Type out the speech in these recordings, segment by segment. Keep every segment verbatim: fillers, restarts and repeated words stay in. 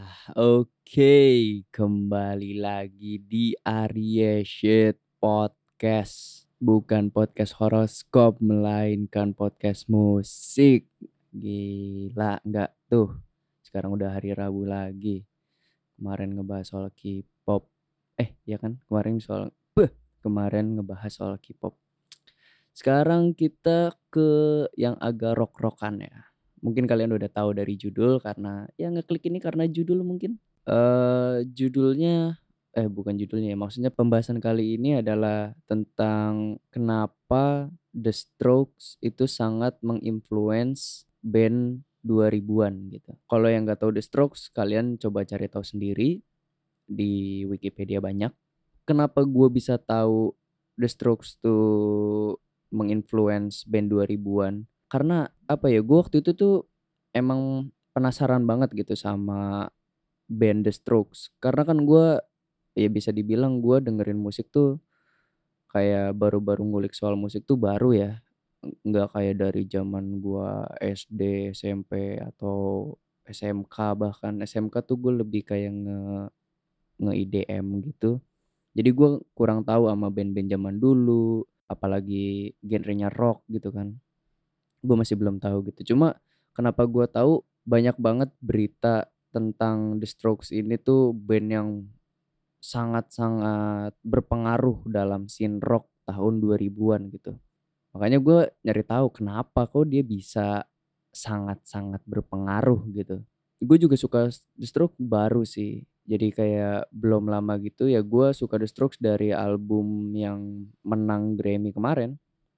Oke, kembali lagi di Arya Shit Podcast. Bukan podcast horoskop, melainkan podcast musik. Gila, nggak tuh? Sekarang udah hari Rabu lagi. Kemarin ngebahas soal K-pop. Eh, ya kan? Kemarin soal... Beuh, kemarin ngebahas soal K-pop. Sekarang kita ke yang agak rock-rockan ya. Mungkin kalian udah tahu dari judul karena ya ngeklik ini karena judul mungkin. Eee, judulnya eh bukan judulnya ya, maksudnya pembahasan kali ini adalah tentang kenapa The Strokes itu sangat menginfluence band dua ribuan gitu. Kalau yang nggak tahu The Strokes, kalian coba cari tahu sendiri di Wikipedia banyak. Kenapa gue bisa tahu The Strokes tuh menginfluence band dua ribuan? Karena apa ya, gue waktu itu tuh emang penasaran banget gitu sama band The Strokes. Karena kan gue ya bisa dibilang gue dengerin musik tuh kayak baru-baru ngulik soal musik tuh baru ya. Nggak kayak dari zaman gue S D, S M P atau S M K, bahkan S M K tuh gue lebih kayak nge nge-E D M gitu. Jadi gue kurang tahu sama band-band zaman dulu, apalagi genrenya rock gitu kan. Gue masih belum tahu gitu. Cuma kenapa gue tahu banyak banget berita tentang The Strokes ini tuh band yang sangat-sangat berpengaruh dalam scene rock tahun dua ribuan gitu. Makanya gue nyari tahu kenapa kok dia bisa sangat-sangat berpengaruh gitu. Gue juga suka The Strokes baru sih. Jadi kayak belum lama gitu ya gue suka The Strokes dari album yang menang Grammy kemarin,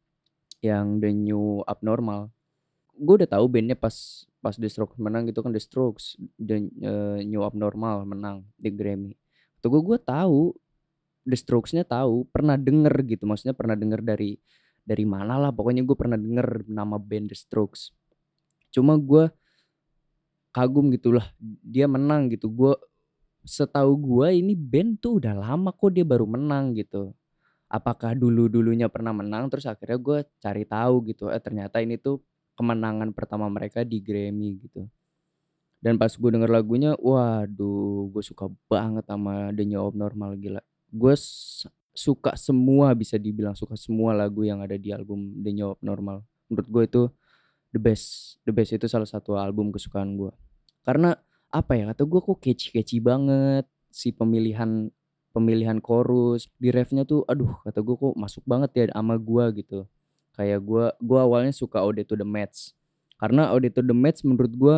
yang The New Abnormal. Gue udah tahu bandnya pas pas The Strokes menang gitu kan, The Strokes, The, eee, New Abnormal menang di Grammy. Tuh gue gue tahu, The Strokes-nya tahu, pernah denger gitu, maksudnya pernah denger dari dari mana lah, pokoknya gue pernah denger nama band The Strokes. Cuma gue kagum gitu lah, dia menang gitu, gue setahu gue ini band tuh udah lama kok dia baru menang gitu. Apakah dulu-dulunya pernah menang terus akhirnya gue cari tahu gitu, eh ternyata ini tuh kemenangan pertama mereka di Grammy gitu. Dan pas gue denger lagunya, waduh gue suka banget sama The New Abnormal, gila. Gue s suka semua, bisa dibilang suka semua lagu yang ada di album The New Abnormal. Menurut gue itu the best, the best itu salah satu album kesukaan gue. Karena apa ya, kata gue kok catchy-catchy banget si pemilihan pemilihan chorus, di refnya tuh aduh kata gue kok masuk banget ya sama gue gitu. Kayak gue gue awalnya suka Ode to the Match. Karena Ode to the Match menurut gue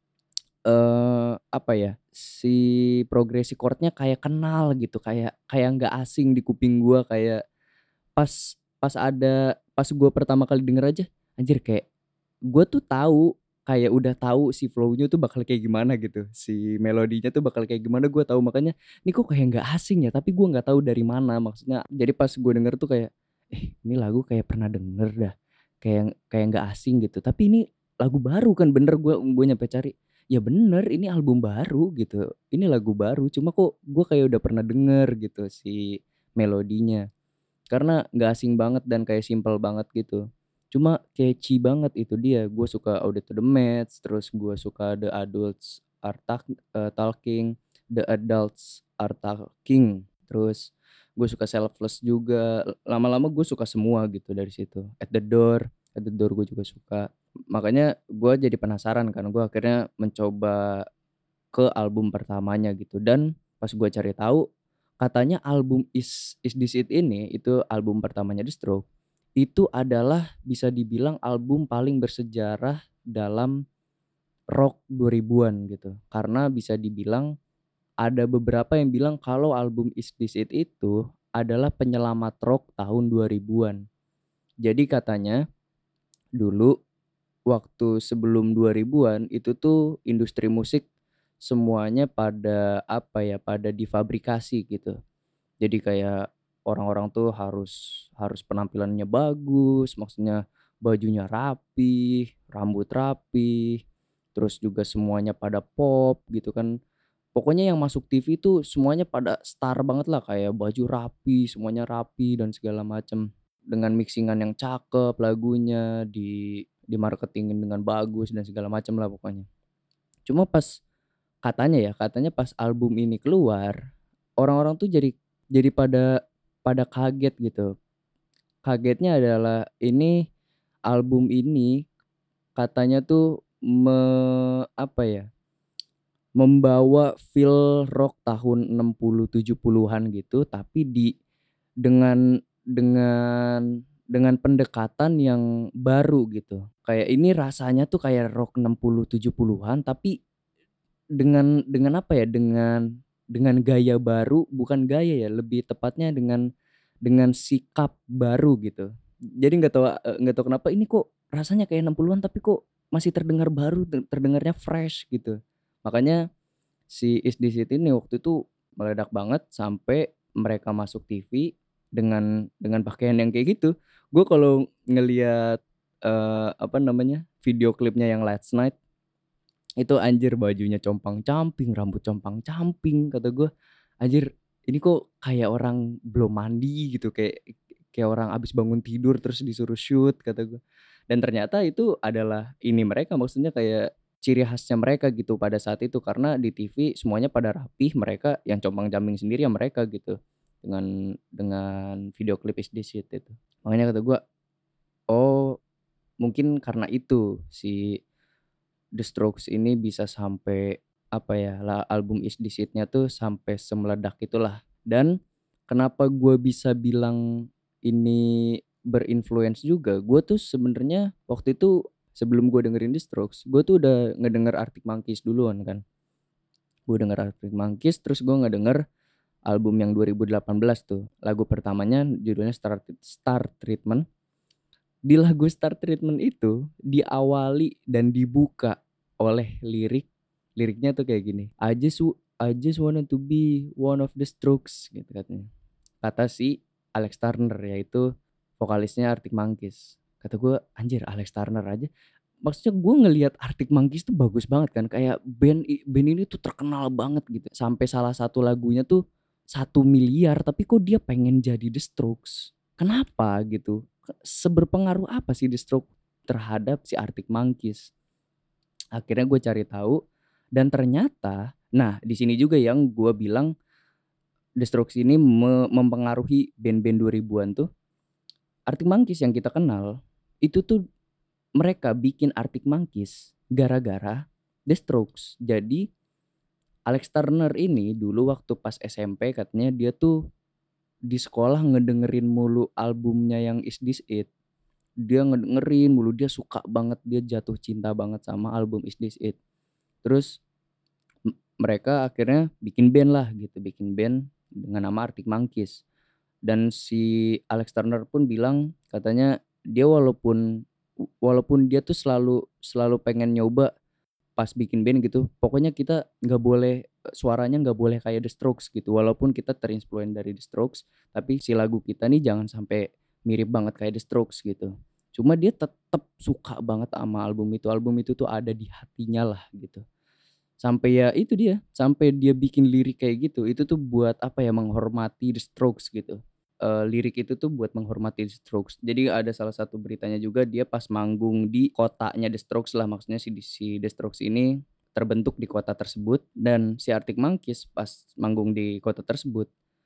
Eee, apa ya, si progresi chord-nya kayak kenal gitu, kayak kayak nggak asing di kuping gua, kayak pas pas ada pas gua pertama kali denger aja, anjir kayak gua tuh tahu, kayak udah tahu si flow-nya tuh bakal kayak gimana gitu, si melodinya tuh bakal kayak gimana gua tahu, makanya ini kok kayak nggak asing ya, tapi gua nggak tahu dari mana maksudnya. Jadi pas gua denger tuh kayak, "Eh, ini lagu kayak pernah denger dah." Kayak kayak nggak asing gitu, tapi ini lagu baru kan, bener gua gua nyampe cari, ya bener ini album baru gitu, ini lagu baru cuma kok gua kayak udah pernah denger gitu si melodinya. Karena nggak asing banget dan kayak simpel banget gitu. Cuma catchy banget itu dia, gue suka Audio to the Match, terus gue suka The Adults Are Tak eee, Talking, The Adults Are Talking, terus gue suka Selfless juga, lama-lama gue suka semua gitu dari situ. At the Door, At the Door gue juga suka. Makanya gue jadi penasaran kan, gue akhirnya mencoba ke album pertamanya gitu, dan pas gue cari tahu, katanya album Is Is This It ini, itu album pertamanya The Stroke, itu adalah bisa dibilang album paling bersejarah dalam rock dua ribuan gitu. Karena bisa dibilang ada beberapa yang bilang kalau album Is This It itu adalah penyelamat rock tahun dua ribuan. Jadi katanya dulu waktu sebelum dua ribuan itu tuh industri musik semuanya pada apa ya, pada difabrikasi gitu. Jadi kayak orang-orang tuh harus harus penampilannya bagus, maksudnya bajunya rapi, rambut rapi, terus juga semuanya pada pop gitu kan. Pokoknya yang masuk T V tuh semuanya pada star banget lah, kayak baju rapi, semuanya rapi dan segala macam. Dengan mixingan yang cakep lagunya, di dimarketingin dengan bagus dan segala macam lah pokoknya. Cuma pas katanya ya, katanya pas album ini keluar, orang-orang tuh jadi jadi pada pada kaget gitu. Kagetnya adalah ini album ini katanya tuh me apa ya, membawa feel rock tahun enam puluh tujuh puluhan gitu, tapi di dengan dengan dengan pendekatan yang baru gitu. Kayak ini rasanya tuh kayak rock enam puluh tujuh puluhan tapi dengan dengan apa ya, dengan dengan gaya baru, bukan gaya ya, lebih tepatnya dengan dengan sikap baru gitu. Jadi nggak tahu, eee, nggak tahu kenapa ini kok rasanya kayak enam puluhan tapi kok masih terdengar baru, te terdengarnya fresh gitu. Makanya si Is This It ini waktu itu meledak banget sampai mereka masuk T V dengan dengan pakaian yang kayak gitu. Gue kalau ngelihat, eee, apa namanya, video klipnya yang Last Night, itu anjir bajunya compang-camping, rambut compang-camping, kata gue, "Anjir ini kok kayak orang belum mandi gitu, kayak kayak orang abis bangun tidur terus disuruh shoot," kata gue. Dan ternyata itu adalah ini mereka, maksudnya kayak ciri khasnya mereka gitu pada saat itu, karena di T V semuanya pada rapih, mereka yang compang-camping sendiri ya mereka gitu, dengan dengan video klip Is This It itu. Makanya kata gue, "Oh mungkin karena itu si The Strokes ini bisa sampai, apa ya, la album Is This It-nya tuh sampai semeledak itulah. Dan kenapa gue bisa bilang ini berinfluence juga, gue tuh sebenarnya waktu itu sebelum gue dengerin The Strokes, gue tuh udah ngedenger Arctic Monkeys duluan kan. Gue denger Arctic Monkeys, terus gue ngedenger album yang dua ribu delapan belas tuh. Lagu pertamanya judulnya Star Star Treatment. Di lagu Star Treatment itu diawali dan dibuka oleh lirik, liriknya tuh kayak gini, "I just w I just wanted to be one of the Strokes," gitu katanya. Kata si Alex Turner, yaitu vokalisnya Arctic Monkeys. Kata gue, "Anjir Alex Turner aja." Maksudnya gue ngelihat Arctic Monkeys tuh bagus banget kan, kayak band i band ini tuh terkenal banget gitu, sampai salah satu lagunya tuh satu miliar tapi kok dia pengen jadi The Strokes. Kenapa gitu? Ke seberpengaruh apa sih The Strokes terhadap si Arctic Monkeys? Akhirnya gue cari tahu dan ternyata nah di sini juga yang gue bilang The Strokes ini me mempengaruhi band-band dua ribuan tuh. Arctic Monkeys yang kita kenal, itu tuh mereka bikin Arctic Monkeys gara-gara The Strokes. Jadi Alex Turner ini dulu waktu pas S M P katanya dia tuh di sekolah ngedengerin mulu albumnya yang Is This It. Dia ngedengerin mulu, dia suka banget, dia jatuh cinta banget sama album Is This It. Terus m mereka akhirnya bikin band lah gitu, bikin band dengan nama Arctic Monkeys. Dan si Alex Turner pun bilang katanya dia walaupun walaupun dia tuh selalu selalu pengen nyoba pas bikin band gitu, pokoknya kita nggak boleh, eee, suaranya nggak boleh kayak The Strokes gitu, walaupun kita terinspluence dari The Strokes, tapi si lagu kita nih jangan sampai mirip banget kayak The Strokes gitu. Cuma dia tetep suka banget sama album itu, album itu tuh ada di hatinya lah gitu. Sampai ya itu dia, sampai dia bikin lirik kayak gitu, itu tuh buat apa ya, menghormati The Strokes gitu. Eee, lirik itu tuh buat menghormati The Strokes. Jadi ada salah satu beritanya juga dia pas manggung di kotanya The Strokes lah, maksudnya si si The Strokes ini terbentuk di kota tersebut dan si Arctic Monkeys pas manggung di kota tersebut,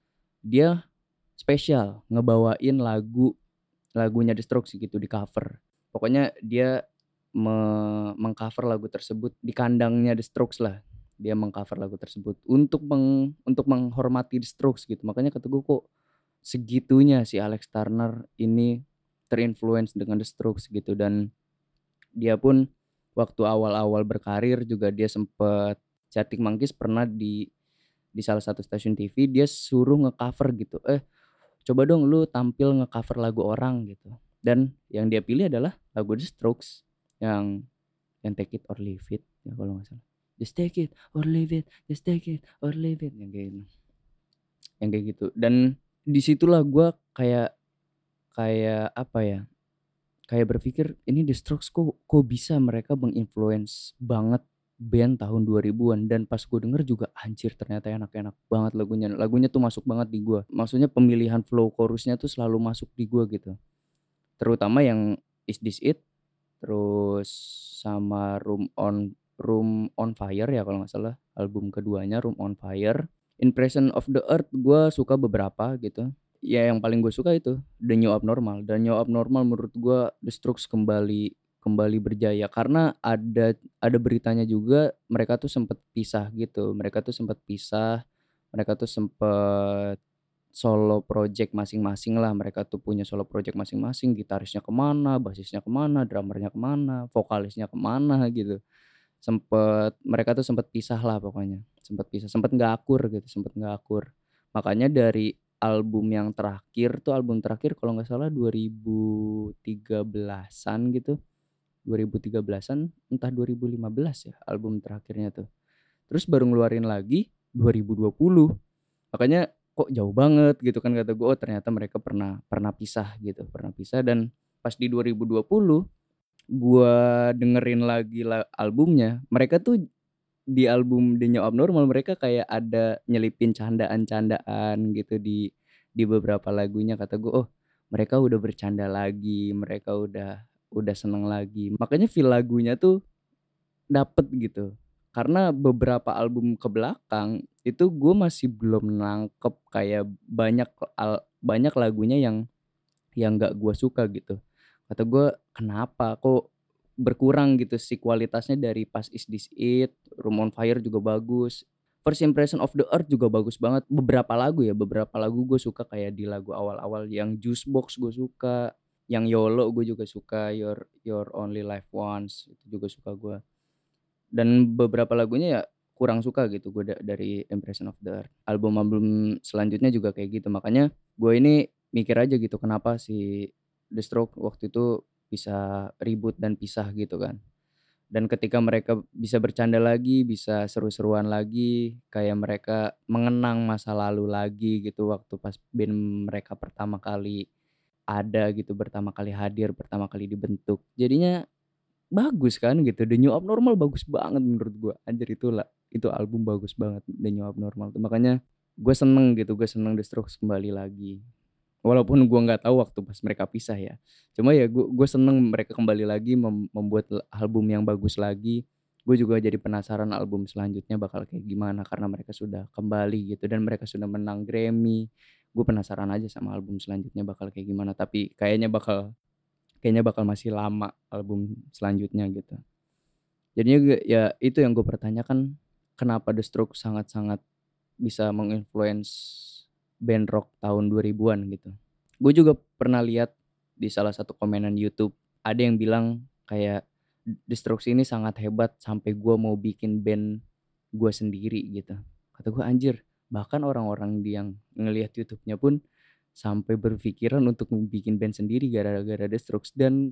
dia spesial ngebawain lagu lagunya The Strokes gitu, di-cover. Pokoknya dia me meng-cover lagu tersebut di kandangnya The Strokes lah. Dia meng-cover lagu tersebut untuk meng untuk menghormati The Strokes gitu. Makanya kata gue kok segitunya si Alex Turner ini terinfluence dengan The Strokes gitu dan dia pun waktu awal-awal berkarir juga dia sempet si Arctic Monkeys pernah di di salah satu stasiun T V dia suruh nge-cover gitu, "Eh, coba dong lu tampil nge-cover lagu orang," gitu. Dan yang dia pilih adalah lagu The Strokes yang yang Take It or Leave It ya kalau nggak salah. Just take it or leave it, just take it or leave it, yang kayak gitu. Yang kayak gitu. Dan di situlah gua kayak kayak apa ya, kayak berpikir ini The Strokes kok kok bisa mereka meng-influence banget band tahun dua ribuan dan pas gue denger juga anjir ternyata enak-enak banget lagunya. Lagunya tuh masuk banget di gua. Maksudnya pemilihan flow chorus-nya tuh selalu masuk di gua gitu. Terutama yang Is This It, terus sama Room on Room on Fire ya kalau nggak salah, album keduanya Room on Fire. Impression of the Earth gue suka beberapa gitu. Ya yang paling gue suka itu The New Abnormal. The New Abnormal menurut gue The Strokes kembali kembali berjaya karena ada ada beritanya juga mereka tuh sempet pisah gitu. Mereka tuh sempet pisah, mereka tuh sempet solo project masing-masing lah. Mereka tuh punya solo project masing-masing, gitarisnya kemana, basisnya kemana, drummernya kemana, vokalisnya kemana gitu. Sempet mereka tuh sempet pisah lah pokoknya, sempet pisah, sempet nggak akur gitu, sempet nggak akur. Makanya dari album yang terakhir tuh, album terakhir kalau nggak salah dua ribu tiga belasan gitu, dua ribu tiga belasan entah dua ribu lima belas ya album terakhirnya tuh. Terus baru ngeluarin lagi dua ribu dua puluh. Makanya kok jauh banget gitu kan kata gue, oh ternyata mereka pernah pernah pisah gitu, pernah pisah dan pas di dua ribu dua puluh gua dengerin lagi la albumnya, mereka tuh di album The New Abnormal mereka kayak ada nyelipin candaan-candaan gitu di di beberapa lagunya kata gue, "Oh, mereka udah bercanda lagi, mereka udah udah seneng lagi." Makanya feel lagunya tuh dapet gitu. Karena beberapa album ke belakang itu gue masih belum nangkep kayak banyak al banyak lagunya yang yang nggak gue suka gitu. Kata gue, "Kenapa kok berkurang gitu sih kualitasnya dari pas Is This It, Room on Fire juga bagus, First Impression of the Earth juga bagus banget." Beberapa lagu ya, beberapa lagu gue suka kayak di lagu awal-awal yang Juicebox gue suka, yang YOLO gue juga suka, Your Your Only Life Once itu juga suka gue. Dan beberapa lagunya ya kurang suka gitu gue da dari Impression of the Earth. Album-album selanjutnya juga kayak gitu. Makanya gue ini mikir aja gitu kenapa si The Stroke waktu itu bisa ribut dan pisah gitu kan. Dan ketika mereka bisa bercanda lagi, bisa seru-seruan lagi, kayak mereka mengenang masa lalu lagi gitu waktu pas band mereka pertama kali ada gitu, pertama kali hadir, pertama kali dibentuk. Jadinya bagus kan gitu, The New Abnormal bagus banget menurut gua, anjir itu lah itu album bagus banget The New Abnormal tuh, makanya gue seneng gitu, gue seneng The Strokes kembali lagi. Walaupun gua nggak tahu waktu pas mereka pisah ya, cuma ya gue gue seneng mereka kembali lagi mem membuat l album yang bagus lagi. Gue juga jadi penasaran album selanjutnya bakal kayak gimana karena mereka sudah kembali gitu dan mereka sudah menang Grammy. Gue penasaran aja sama album selanjutnya bakal kayak gimana, tapi kayaknya bakal Kayaknya bakal masih lama album selanjutnya gitu. Jadinya ge ya itu yang gue pertanyakan, kenapa The Strokes sangat-sangat bisa meng-influence band rock tahun dua ribuan gitu. Gue juga pernah lihat di salah satu komenan YouTube, ada yang bilang kayak, The Strokes ini sangat hebat sampai gue mau bikin band gue sendiri gitu. Kata gue, "Anjir, bahkan orang-orang di yang ngelihat YouTube-nya pun sampai berpikiran untuk bikin band sendiri gara-gara The Strokes." Dan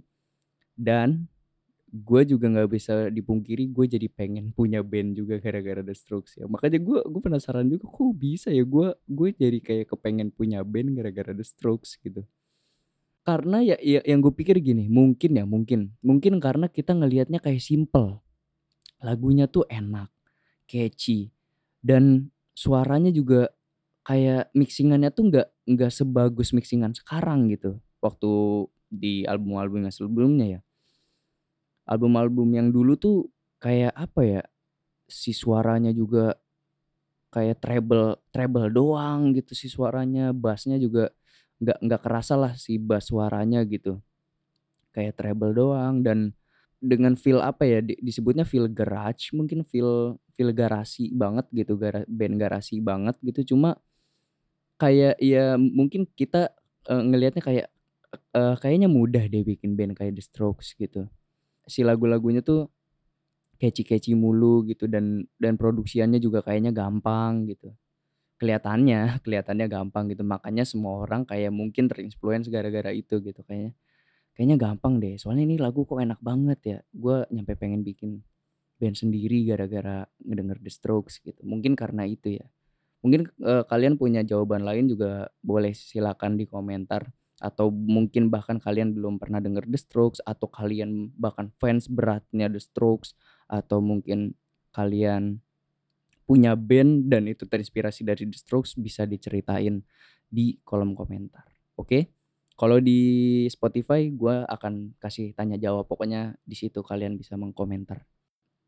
dan gue juga nggak bisa dipungkiri gue jadi pengen punya band juga gara-gara The Strokes ya. Makanya gue gue penasaran juga kok bisa ya gue gue jadi kayak kepengen punya band gara-gara The Strokes gitu. Karena ya ya yang gue pikir gini, mungkin ya mungkin, mungkin karena kita ngelihatnya kayak simple, lagunya tuh enak, catchy, dan suaranya juga kayak mixingannya tuh nggak nggak sebagus mixingan sekarang gitu, waktu di album-album yang sebelumnya ya. Album-album yang dulu tuh kayak apa ya, si suaranya juga kayak treble treble doang gitu si suaranya, bass-nya juga nggak nggak kerasa lah si bass suaranya gitu, kayak treble doang dan dengan feel apa ya, di disebutnya feel garage mungkin, feel feel garasi banget gitu, gara band garasi banget gitu. Cuma kayak ya mungkin kita, eee, ngelihatnya kayak, eee, kayaknya mudah deh bikin band kayak The Strokes gitu. Si lagu-lagunya tuh catchy-catchy mulu gitu dan dan produksiannya juga kayaknya gampang gitu. Kelihatannya kelihatannya gampang gitu, makanya semua orang kayak mungkin ter-influence gara-gara itu gitu, kayaknya kayaknya gampang deh, soalnya ini lagu kok enak banget ya, gue nyampe pengen bikin band sendiri gara-gara ngedenger The Strokes gitu, mungkin karena itu ya. Mungkin, eee, kalian punya jawaban lain juga boleh silakan di komentar, atau mungkin bahkan kalian belum pernah denger The Strokes, atau kalian bahkan fans beratnya The Strokes, atau mungkin kalian punya band dan itu terinspirasi dari The Strokes, bisa diceritain di kolom komentar, oke? Kalau di Spotify gue akan kasih tanya jawab, pokoknya di situ kalian bisa mengkomentar.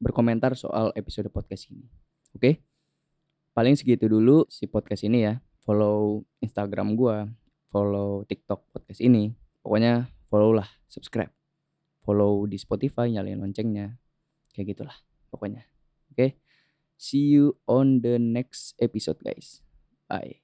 berkomentar soal episode podcast ini. Oke? Paling segitu dulu si podcast ini ya. Follow Instagram gua, follow TikTok podcast ini. Pokoknya follow lah, subscribe. Follow di Spotify, nyalain loncengnya. Kayak gitulah pokoknya. Oke? See you on the next episode guys. Bye.